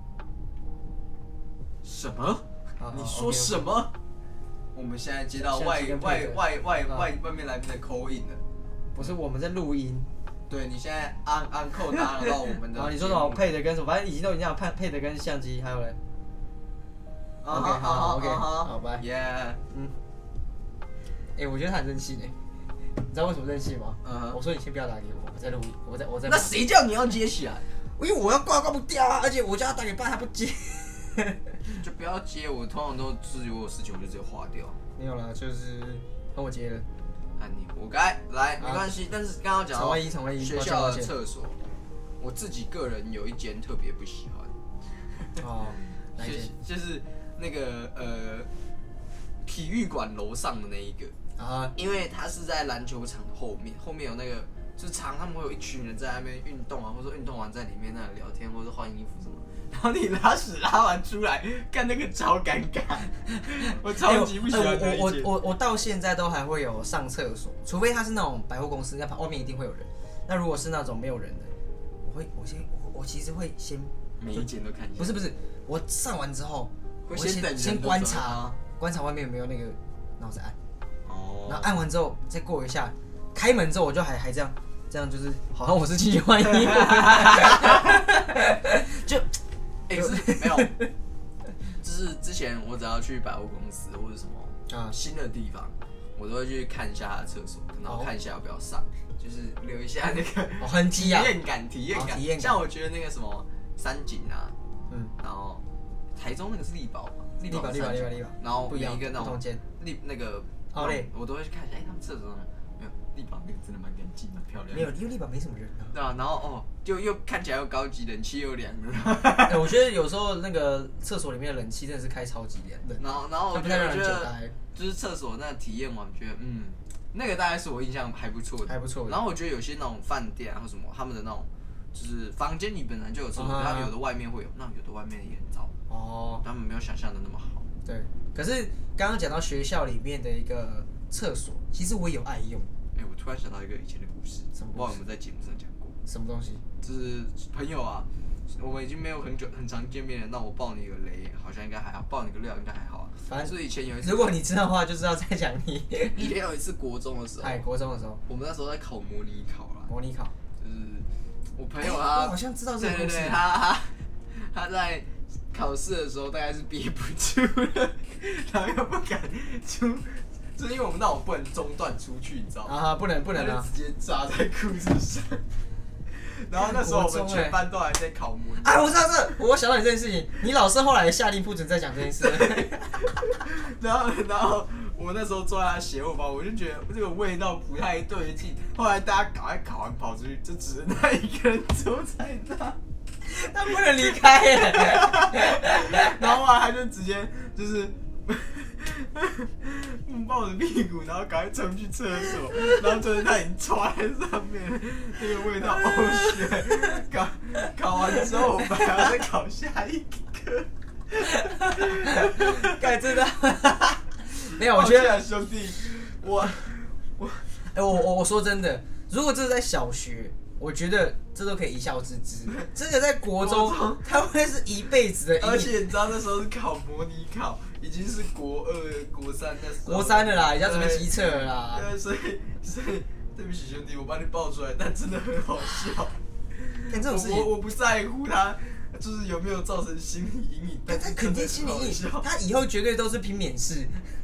什么？你说什么？我们现在接到外外外外外外面来宾的 call in 了，
不是我们在录音。
对，你现在按按扣打扰到我们的。
啊，你说什么配的跟什么？反正已经都已经有配配的跟相机，还有嘞。OK， 好好 OK， 好拜。
耶，嗯。
哎，我觉得他很任性哎，你知道为什么任性吗？嗯。我说你先不要打给我，我在录音，我在我在。
那谁叫你要接起来？
因为我要挂挂不掉啊，而且我叫他打给爸，他不接。
就不要接，我通常都自己有事情我就直接划掉。
没有啦，就是帮我接了。
啊，你活该，来没关系。但是刚刚讲到学校的厕所，我自己个人有一间特别不喜欢。
哦，哪一间？
就是那个呃体育馆楼上的那一个啊，因为它是在篮球场的后面，后面有那个就是场，他们会有一群人在那边运动啊，或者说运动完在里面那里聊天，或者换衣服什么。然后你拉屎拉完出来，看那个超尴尬，我超级不喜欢那一间。
我我我到现在都还会有上厕所，除非他是那种百货公司，那外面一定会有人。那如果是那种没有人的，我会我先我我其实会先
每一间都看一下。
不是不是，我上完之后，
会先等
先观察观察外面有没有那个，然后再按。哦。然后按完之后再过一下，开门之后我就还还这样这样，就是好像我是进去换衣服，就。
哎、欸，是没有，就是之前我只要去百货公司或者什么啊新的地方， 我都会去看一下他的厕所，然后看一下要不要上，就是留一下那个
哦痕迹啊，
体验感，体验感。体验感。像我觉得那个什么三井啊，嗯，然后台中那个是力宝嘛，
力宝力宝力宝力宝，
然后每一个那种
间
力那个，
好嘞，
我都会去看一下，哎，他们厕所没有力宝那个真的蛮干净蛮漂亮。
没有，因为力宝没什么人啊。
对啊，然后哦，就又看起来又高级，冷气又凉的。
哎，我觉得有时候那个厕所里面的冷气真的是开超级凉的。
然后然后我觉得就是厕所那体验完，觉得嗯。那个大概是我印象还不错的，
还不错。
然后我觉得有些那种饭店啊或什么，他们的那种就是房间里本来就有厕所，他们有的外面会有，那有的外面也很糟。哦。他们没有想象的那么好。
对。可是刚刚讲到学校里面的一个厕所，其实我也有爱用。
哎，我突然想到一个以前的故事，什么？我忘了我们在节目上讲过。
什么东西？
就是朋友啊，我们已经没有很久很常见面了，那我爆你个雷，好像应该还好，爆你个料应该还好啊。反正是以前有一次，
如果你知道的话，就知道在讲你。
以前有一次国中的时候，
哎，国中的时候，
我们那时候在考模拟考啦。
模拟考
就是我朋友他，
我好像知道这个故事。
对对对，他他他在考试的时候大概是憋不住了，然后又不敢出，就是因为我们那种不能中断出去，你知道吗？
啊，不能不能啊，
直接扎在裤子上。然后那时候我们全班都还在考模拟。
哎，我知道这，我想到你这件事情，你老师后来下令不准再讲这件事。
然后，然后我那时候坐在他斜后方，我就觉得这个味道不太对劲。后来大家赶快考完跑出去，就只剩他一个人坐在那，
他不能离开耶。
然后啊，他就直接就是抱着屁股，然后赶快冲去厕所，然后就是他已经抓在上面，那个味道呕血。考考完之后，我们还要再考下一科。
干真的没有，我觉得
兄弟，我我
哎、欸，我我我说真的，如果这是在小学，我觉得这都可以一笑置之。这个在国中，它会是一辈子的阴影。
而且你知道那时候是考模拟考，已经是国二、国三的时候。
国三的啦，已经要准备机测了啦。
对，所以所以对不起兄弟，我把你爆出来，但真的很好笑。
但这种事情，
我我不在乎他。就是有没有造成心理阴影？
但他肯定心理阴影，他以后绝对都是拼免试。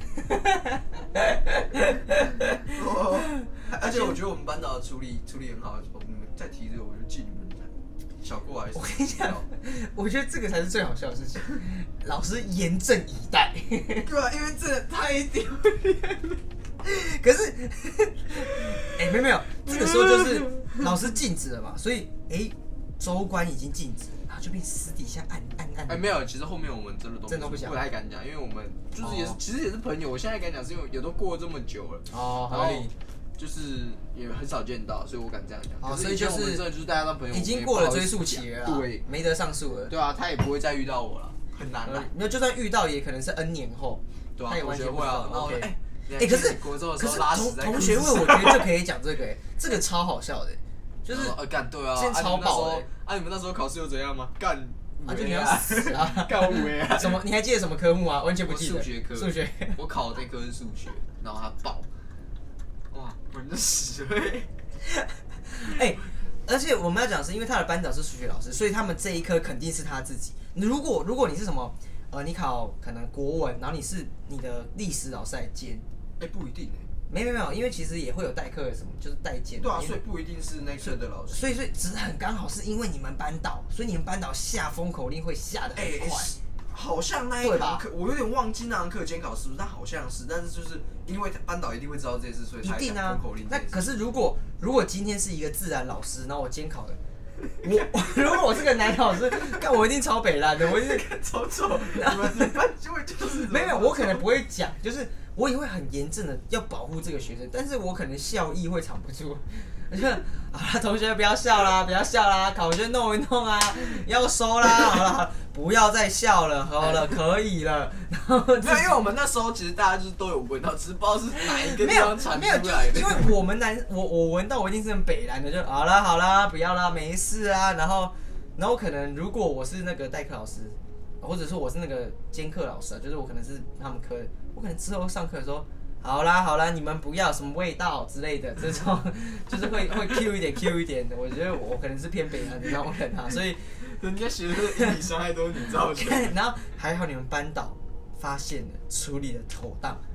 哦，而且我觉得我们班导处理处理很好，你们再提这个，我就记你们小过还是。
我跟你讲，我觉得这个才是最好笑的事情。老师严阵以待。
对啊，因为这太丢脸了。
可是，哎、欸，没有没有，这个时候就是老师禁止了嘛，所以哎。欸州官已经禁止，然后就变私底下暗暗暗。
哎，没有，其实后面我们真的都
真的不
不太敢讲，因为我们就是也是，其实也是朋友。我现在敢讲，是因为也都过了这么久了。
哦，合理。
就是也很少见到，所以我敢这样讲。
哦，所以就是
这就是大家当朋友，
已经过了追溯期了，
对，
没得上诉了。
对啊，他也不会再遇到我了，很难的。
没有，就算遇到，也可能是 N 年后，
对啊，
他也完全
会啊。然后哎
哎，可是可是同同学会，我觉得就可以讲这个，哎，这个超好笑的。就是
呃干对啊，
今天超饱的。
啊，你们那时候考试又怎样吗？干
啊，就你要死啊！
干五维啊！
什么？你还记得什么科目啊？完全不记得。
数学科。
数学。
我考的那科是数学，然后他爆。哇，我们的屎味。
哎，而且我们要讲是因为他的班长是数学老师，所以他们这一科肯定是他自己。如果如果你是什么呃，你考可能国文，然后你是你的历史老师来兼，
哎，不一定哎。
没有没有，因为其实也会有代课的什么，就是代兼。
对啊，所以不一定是那科的老师。
所以所以只是很刚好是因为你们班导，所以你们班导下封口令会下得很快。
好像那一堂课，我有点忘记那堂课监考是不是，但好像是，但是就是因为班导一定会知道这件事，所以才封口令。
那可是如果如果今天是一个自然老师，然后我监考的。我如果我是个男老师，干我一定超北烂的，我一定
超丑。你们班就会就是
没有，我可能不会讲，就是我也会很严正的要保护这个学生，但是我可能笑意会藏不住。我就啊，同学不要笑啦，不要笑啦，考卷弄一弄啊，要收啦，好了好了，不要再笑了，好了，可以了。然后
没有，因为我们那时候其实大家就是都有闻到，只是不知道是哪一个地方传出来的。
因为我们男，我我闻到我一定是很北蓝的，就好了好了，不要啦，没事啊。然后然后可能如果我是那个代课老师，或者说我是那个兼课老师啊，就是我可能是他们科的，我可能之后上课的时候。好啦好啦，你们不要什么味道之类的，这种就是会会 Q 一点 Q 一点的。我觉得我可能是偏北南的那种人啊，所以
人家学的心理伤害都是你造成的。
然后还好你们班导发现了，处理的妥当，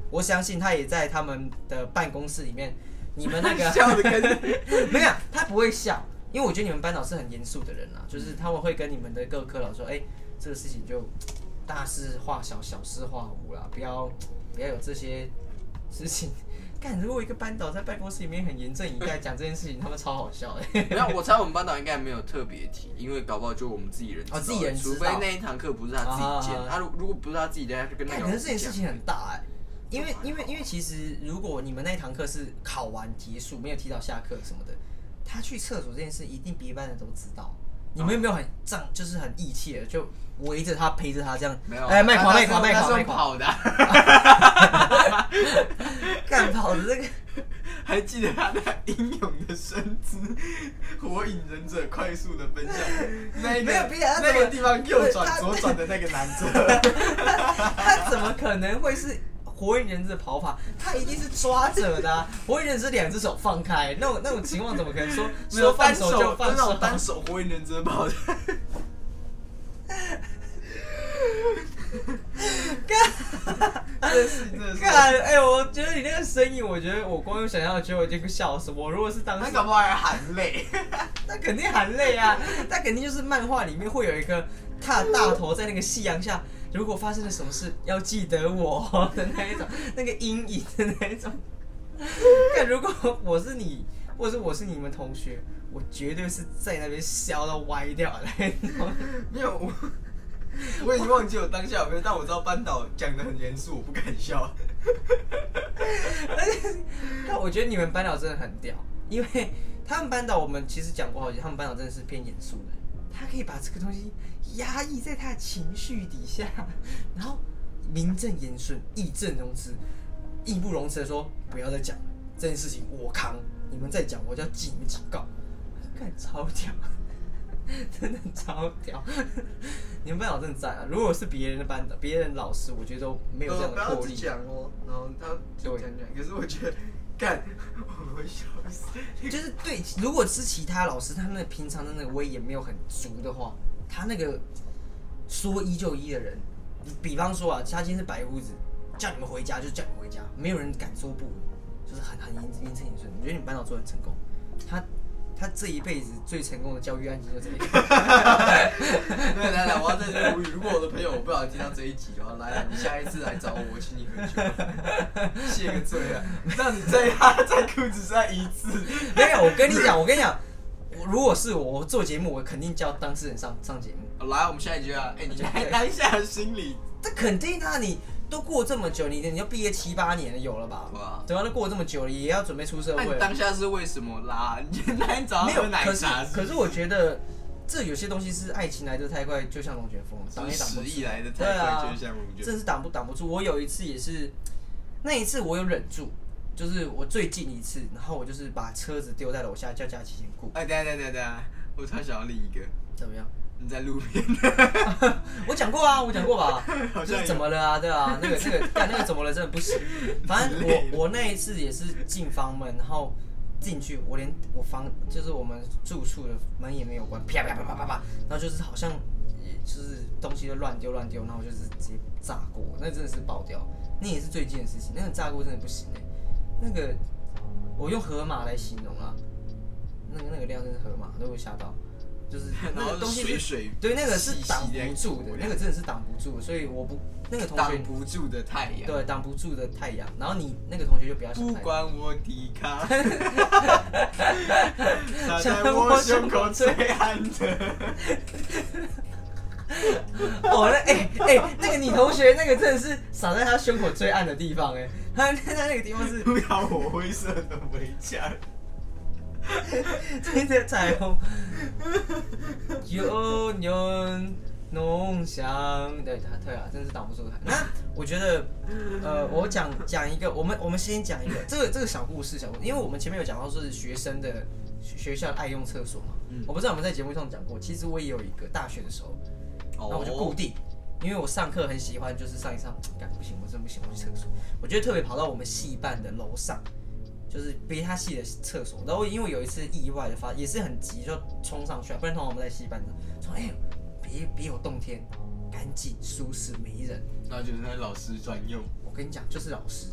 我相信他也在他们的办公室里面，你们那个
笑的跟
没有，他不会笑，因为我觉得你们班导是很严肃的人啊，就是他们会跟你们的各科老说，哎、欸，这个事情就大事化小，小事化无啦，不要不要有这些事情。干，如果一个班导在办公室里面很严正以待讲这件事情，他们超好笑的。
没有，我猜我们班导应该没有特别提，因为搞不好就我们自己人知道，
哦，自己人知道，
除非那一堂课不是他自己监，他、啊、如如果不是他自己监，他就跟那个。
可是这件事情很大哎、欸，因为因为因为其实如果你们那一堂课是考完结束，没有提早下课什么的，他去厕所这件事一定别班人都知道。你们有没有很仗，就是很义气的，就围着他陪着他这样？
没有，
哎，卖垮卖垮卖垮卖垮
跑的、啊，
干跑的这个。
还记得他的英勇的身姿，火影忍者快速的奔向那个
没有
那个地方右转左转的那个男的，
他, 他怎么可能会是火影忍者跑法？他一定是抓着的、啊。火影忍者两只手放开，那种那种情况怎么可能说说放手就放手？
单手火影忍者跑的。
干，
真是真的是。
干，哎、欸，我觉得你那个声音，我觉得我光用想象，觉得我已经笑死。我如果是当时，
他搞不好还含泪，
那肯定含泪啊！那肯定就是漫画里面会有一个他的大头在那个夕阳下，如果发生了什么事，要记得我的那一种，那个阴影的那一种。但如果我是你，或者是我是你们同学，我绝对是在那边笑到歪掉的那一种。
没有我。我已经忘记我当下有没有，但我知道班导讲得很严肃，我不敢笑。
但我觉得你们班导真的很屌，因为他们班导我们其实讲过好几，他们班导真的是偏严肃的，他可以把这个东西压抑在他的情绪底下，然后名正言顺、义正容辞、义不容辞的说不要再讲了，这件事情我扛，你们再讲我就要记你们警告，干超屌。真的超屌！你们班导真的赞啊！如果是别人的班导、别人老师，我觉得都没有这样的魄力。
不要讲哦，然后他讲讲，可是我觉得，干，我会笑死。
就是对，如果是其他老师，他那平常的那个威严没有很足的话，他那个说一就一的人，比方说啊，他今天是白胡子，叫你们回家就叫你们回家，没有人敢说不，就是很很严严正言顺。我觉得你们班导做得很成功，他。他这一辈子最成功的教育案件就这一个。
对，来来，我要在这呼吁，如果我的朋友我不小心听到这一集的话，来来，你下一次来找我，我请你喝酒，谢个罪啊，让你在他在裤子上一次。
没有，我跟你讲，我跟你讲，如果是我，我做节目，我肯定叫当事人上上节目。
来，我们下一句啊，哎、欸，你来当下的心理，
这肯定啊，你。都过这么久，你你要毕业七八年了，有了吧？哇！对啊，都过这么久了，也要准备出社会。
那你当下是为什么啦？你那天早上喝奶茶是？
可是我觉得这有些东西是爱情来得太快，就像龙卷风，挡也挡不住。
实力来得太快，就像龙卷风。
这是挡不挡不住。我有一次也是，那一次我有忍住，就是我最近一次，然后我就是把车子丢在楼下，叫佳琪先顾。
哎，等下等下等下，我突然想到另一个，
怎么样？
你在路边
我讲过啊，我讲过吧，就是怎么了啊，对啊，那个那个干那个怎么了，真的不行。反正我我那一次也是进房门，然后进去，我连我房就是我们住处的门也没有关，啪啪啪啪啪啪，然后就是好像就是东西就乱丢乱丢，然后就是直接炸锅，那真的是爆掉。那也是最近的事情，那个炸锅真的不行哎、欸，那个我用河马来形容啊，那个那个量真是河马，都会吓到。就是那个东西
水水
对，那个是挡不住的，那个真的是挡不住，所以我不那个同学
挡不住的太阳，
对，挡不住的太阳。然后你那个同学就不要想太阳，
不管我抵抗，洒在我胸口最暗的。
哦，那哎哎、欸欸，那个你同学那个真的是洒在他胸口最暗的地方哎、欸，他他那个地方是
不要我灰色的围墙。
这个彩虹，有人弄香，对，对啊，真是挡不住的。那我觉得，呃，我讲讲一个，我们我们先讲一个这个这个小故事，小故事，因为我们前面有讲到说是学生的学校爱用厕所嘛，嗯、我不知道我们在节目上讲过，其实我也有一个大学的时候，那我就固定。因为我上课很喜欢，就是上一上，干不行，我真不行，我去厕所。我就特别跑到我们系办的楼上。就是别他系的厕所，然后因为有一次意外的发，也是很急，就冲上去，不然通常我们在系班的，说哎，别别有洞天，干净舒适没人，
那就是那老师专用。
我跟你讲，就是老师，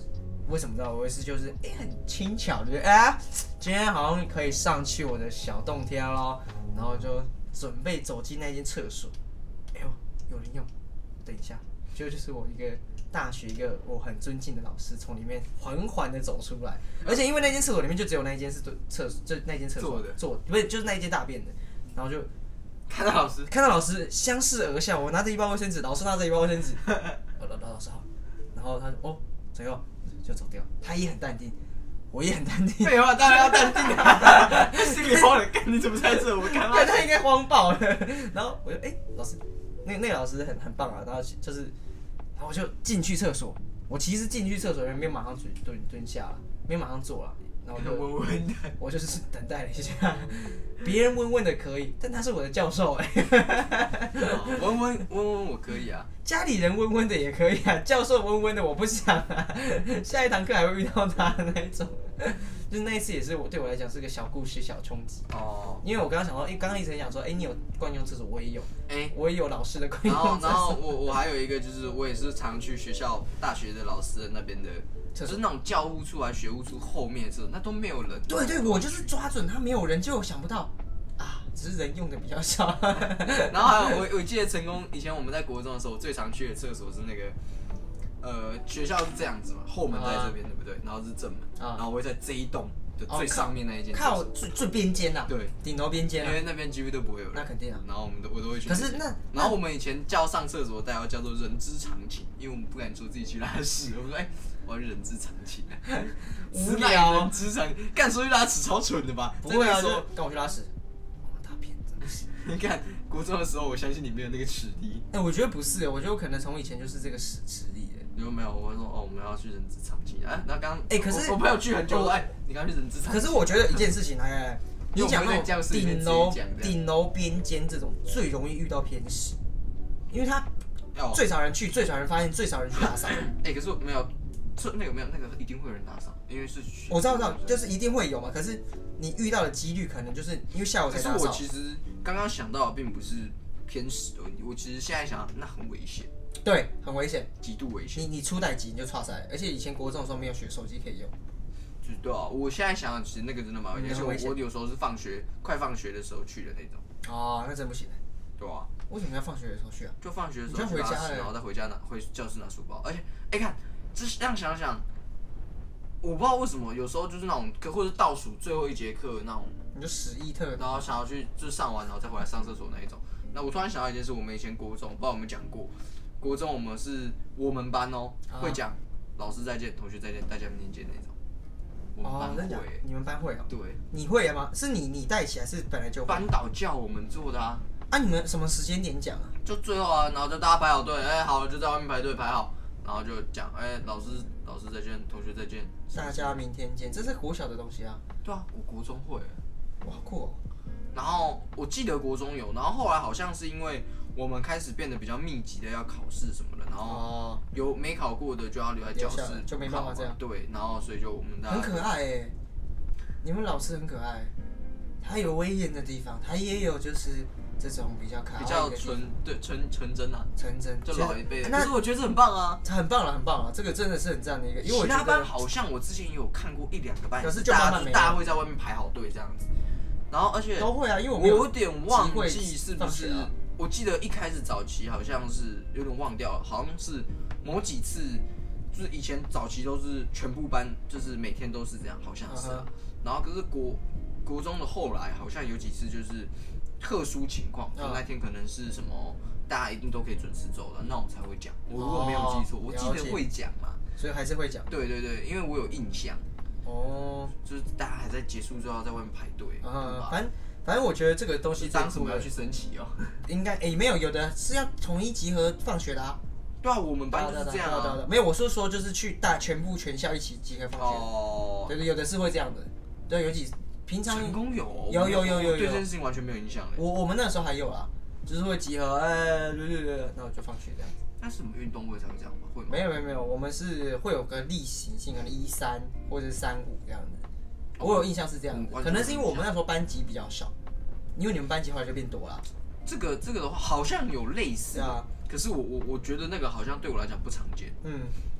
为什么知道？我也是就是哎、欸、很轻巧，就是哎、欸、今天好像可以上去我的小洞天咯，然后就准备走进那间厕所。哎呦，有人用，等一下，就就是我一个大学一个我很尊敬的老师从里面缓缓的走出来，而且因为那间厕所里面就只有那一间是厕所，就那间厕所
的
坐不是就是那一间大便的，然后就
看到老师，
看到老师相视而笑，我拿着一包卫生纸，老师拿着一包卫生纸，老老老师好，然后他说哦，最后就走掉，他也很淡定，我也很淡定。
废话，当然要淡定啊！心里慌了，干你怎么在这？我看
他他应该慌爆了。然后我就哎、欸，老师，那那个老师很很棒啊，然后就是，然后我就进去厕所，我其实进去厕所里面没有马上蹲蹲蹲下了，没有马上坐了。然后我就
温温的，
我就是等待了一下，别人温温的可以，但他是我的教授哎、欸，
温温温温我可以啊，
家里人温温的也可以啊，教授温温的我不想啊，下一堂课还会遇到他的那一种，就是那一次也是我对我来讲是个小故事小冲击哦，因为我刚刚想到，哎、欸，刚刚一直很想说，哎、欸，你有惯用厕所，我也有，哎、欸，我也有老师的惯用厕所，
然后然后我我还有一个就是我也是常去学校大学的老师的那边的。就是那种教务处啊、学务处后面的厕所，那都没有人。
对对，我就是抓准他没有人，结果想不到啊，只是人用的比较少。
然后还有我我记得成功以前我们在国中的时候，我最常去的厕所是那个，呃，学校是这样子嘛，后门在这边、啊、对不对？然后是正门，啊、然后我会在这一栋的最上面那一间、哦，
靠最最边间呐，
对，
顶楼边间、啊，
因为那边几乎都不会有人。
那肯定啊。
然后我们都我都会去。
可是那，
然后我们以前叫上厕所，大家叫做人之常情，因为我们不敢说自己去拉屎，我说哎。欸我要人之常情，
无聊。
人之常，干说去拉屎超蠢的吧？
不会啊，说跟我去拉屎，大便真的是。
你看国中的时候，我相信你没有那个齿力。
哎、欸，我觉得不是，我觉得我可能从以前就是这个齿齿力的。
有没有？我说哦，我们要去人之常情。哎，那刚
哎，可是
我, 我朋友去很久，哎，你刚去人之常情。
可是我觉得一件事情，哎，你讲那种顶楼顶楼边间这种最容易遇到偏食，因为他最少人去，最少人发现，最少人去打扫。
哎、欸，可是我没有。那个没有，那个一定会有人打扫，因为是
我知道，知道，就是一定会有嘛。可是你遇到的几率可能就是因为下午才打扫。
可是我其实刚刚想到的并不是偏食的问题，我其实现在想，那很危险。
对，很危险，
极度危险。
你你出代级你就剉赛，而且以前国中的时候没有学手机可以用。
就是对啊，我现在想，其实那个真的蛮危险，而且我我有时候是放学快放学的时候去的那种。
哦，那真不行。
对啊。
为什么要放学的时候去啊？
就放学的时候去拉屎，然后再回家拿回教室拿书包，而且哎、欸、看。这样想想，我不知道为什么有时候就是那种，或者倒数最后一节课那种，
你就十一特，
然后想要去就上完然后再回来上厕所那一种。那我突然想到一件事，我们以前国中，不知道我们讲过，国中我们是我们班哦、喔，会讲老师再见，同学再见，大家明天见那种。我们班会、欸，
你们班会哦、喔？
对，
你会吗？是你你带起来，是本来就会
班导叫我们做的啊。
啊，你们什么时间点讲啊？
就最后啊，然后就大家排好队，哎、欸，好了，就在外面排队排好。然后就讲，哎、欸，老师，老师再见，同学再见，
大家明天见。这是国小的东西啊。
对啊，我国中会。
哇，酷哦。
然后我记得国中有，然后后来好像是因为我们开始变得比较密集的要考试什么的，然后有没考过的就要留在教室，
就没办法这样。
对，然后所以就我们大家
很可爱哎，你们老师很可爱，他有威严的地方，他也有就是。这种比较可爱、
比较纯对纯纯真啊，
纯真
就老一辈的。可是我觉得这很棒啊，
很棒了，很棒了，这个真的是很赞的一个。因为我
其他班好像我之前也有看过一两个班，
可是就慢慢没有，
大家会在外面排好队这样子。然后而且
都会啊，因为我
我有点忘记是不是，我记得一开始早期好像是有点忘掉了，好像是某几次，就是以前早期都是全部班，就是每天都是这样，好像是、啊。然后可是国国中的后来好像有几次就是。特殊情况，就那天可能是什么，大家一定都可以准时走了，那我们才会讲。我如果没有记错，我记得会讲嘛，
所以还是会讲。
对对对，因为我有印象。哦，就是大家还在结束之后在外面排队。
嗯，反正反正我觉得这个东西
当时我要去升旗哦。
应该诶、欸、没有，有的是要统一集合放学的啊。
对啊，我们班就是这样啊。
对对对，没有，我是说就是去大全部全校一起集合放学。哦。对对，有的是会这样的。对，有几。平常
成功有、哦、
有有有有有，
对这件事情完全没有印象嘞。
我我们那时候还有啦，就是会集合，哎，对对对，然后就放学这样子。
那是什么运动会才会这样吗？会吗？
没有没有没有，我们是会有个例行性，可能一三或者是三五这样子。我有印象是这样子，可能是因为我们那时候班级比较少，因为你们班级后来就变多了。
这个这个的话好像有类似啊，可是我我我觉得那个好像对我来讲不常见。嗯。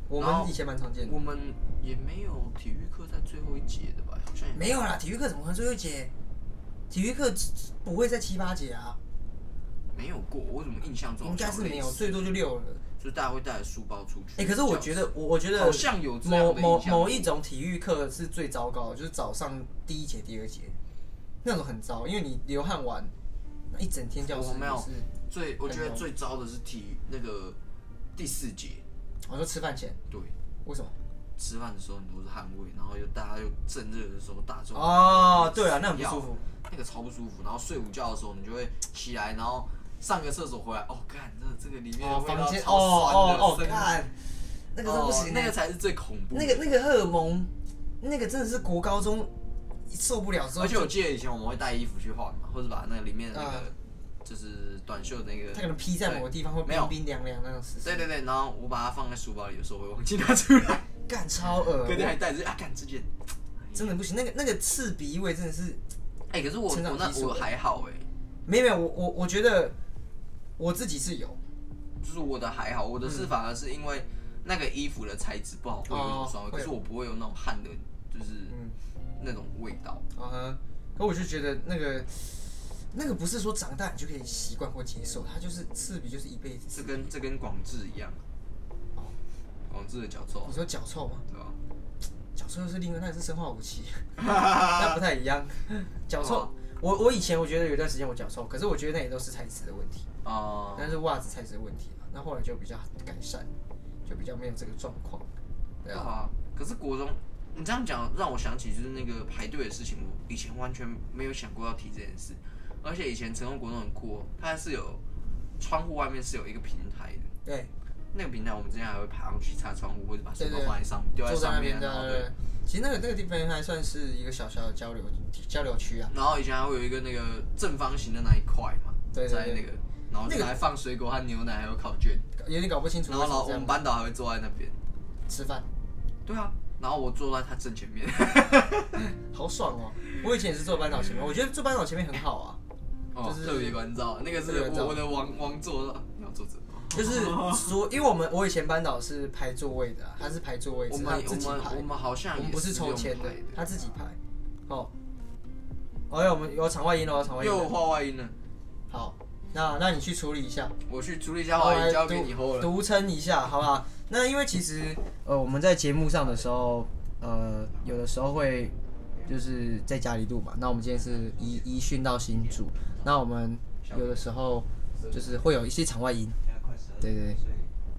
我们以前蛮常见的。
我们也没有体育课在最后一节的吧？好像也
没有啦，体育课怎么会最后一节？体育课不会在七八节啊。
没有过，我怎么印象中
应该是没有，最多就六了。
就是大家会带着书包出去。
哎、欸，可是我觉得，我我觉得
好像有这
某某某一种体育课是最糟糕的，就是早上第一节、第二节，那种很糟，因为你流汗完，那一整天教室
没有最，我觉得最糟的是体育那个第四节。
我说吃饭前。
对。
为什么？
吃饭的时候你都是汗味，然后又大家又正热的时候大众。
哦，对啊，那很不舒服。
那个超不舒服，然后睡午觉的时候，你就会起来，然后上个厕所回来，哦，干，这这个里面的味道超酸的，
哦，干，那个真不行，
那个才是最恐怖的。
那个那个荷尔蒙，那个真的是国高中受不了之后。
而且我记得以前我们会带衣服去换嘛，或者把那个里面的那个就是短袖的那个，
它可能披在某个地方会冰冰凉凉那种。
对对对，然后我把它放在书包里的时候，我会忘记拿出来，
干超恶，
隔天还带着啊，干这件
真的不行，那个那个刺鼻味真的是。
哎、欸，可是我我那我还好哎、欸，
没有没有，我我我觉得我自己是有，
就是我的还好，我的是反而是因为那个衣服的材质不好会有那种酸味，可是我不会有那种汗的，就是那种味道。
啊哈，可我就觉得那个那个不是说长大你就可以习惯或接受，它就是刺鼻，就是一辈子。
这跟这跟广智一样，哦，广智的脚臭。
你说脚臭吗？
对啊。
脚臭又是另外，那也是生化武器，那不太一样。脚臭，我我以前我觉得有段时间我脚臭，可是我觉得那也都是材质的问题，哦，那是袜子材质的问题嘛。那后来就比较改善，就比较没有这个状况。对啊，
可是国中，你这样讲让我想起就是那个排队的事情，我以前完全没有想过要提这件事。而且以前成功国中很酷，它是有窗户外面是有一个平台的，
对。
那个平台，我们之前还会爬上去擦窗户，或者把书包放在上面，丢在上面。
对对对。其实那个那个地方还算是一个小小的交流交流区啊。
然后以前还会有一个那个正方形的那一块嘛，
对对对，
在那个，然后就来放水果和牛奶，还有烤卷。
有点搞不清楚。
然后我们班导还会坐在那边
吃饭。
对啊，然后我坐在他正前面，
好爽哦！我以前也是坐班导前面，我觉得坐班导前面很好啊。
哦，就是特别关照，那个是我的王王座，要坐这。
就是说，因为我们我以前班导是排座位的、啊，他是排座位，是他自己排。
我们好像
我们不是抽签的，他自己排。哦，哦，我们有场外音了，场外音。
又有话外音了。
好，那那你去处理一下。
我去处理一下话音，交给你后了。
独称一下，好不好？那因为其实呃我们在节目上的时候，呃有的时候会就是在家里录嘛。那我们今天是移移训到新竹，那我们有的时候就是会有一些场外音。对对对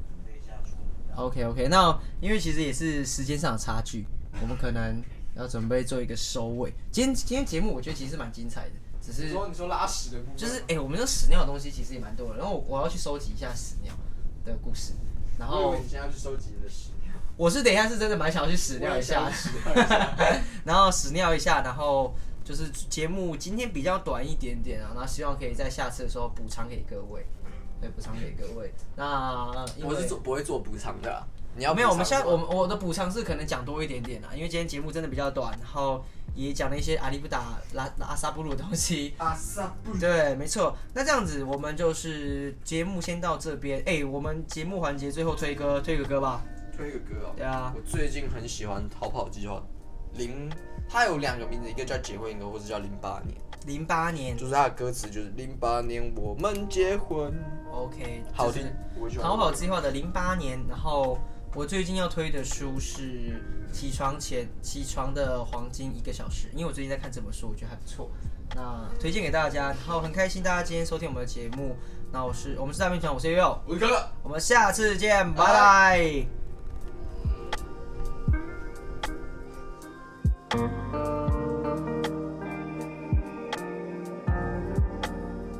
，OK OK， 那因为其实也是时间上的差距，我们可能要准备做一个收尾。今天今天节目我觉得其实蛮精彩的，只是
你说你说拉屎的部分，
就是哎、欸，我们这屎尿的东西其实也蛮多的，然后我要去收集一下屎尿的故事，然后
我以为你现在要去收集你的屎尿，
我是等一下是真的蛮想要去屎尿一下，然后屎尿一下，然后就是节目今天比较短一点点啊，然后希望可以在下次的时候补偿给各位。对，补偿给各位。那
我是做不会做补偿的啦，你要
没有？我们现在我们我的补偿是可能讲多一点点啦，因为今天节目真的比较短，然后也讲了一些阿里不达拉拉阿萨布鲁的东西。
阿萨布鲁。
对，没错。那这样子，我们就是节目先到这边。哎、欸，我们节目环节最后推歌，推个歌吧。
推个歌哦。
对啊。
我最近很喜欢《逃跑计划》，零，它有两个名字，一个叫《结婚歌》，或者叫《零八年》。
零八年，
就是它的歌词就是零八年我们结婚。
OK，
好听。
逃跑计划的零八年，然后我最近要推的书是起床前起床的黄金一个小时，因为我最近在看这本书，我觉得还不错，那推荐给大家。然后很开心大家今天收听我们的节目，那我是我们是大面团，我是悠悠，
我是可乐，
我们下次见，拜拜。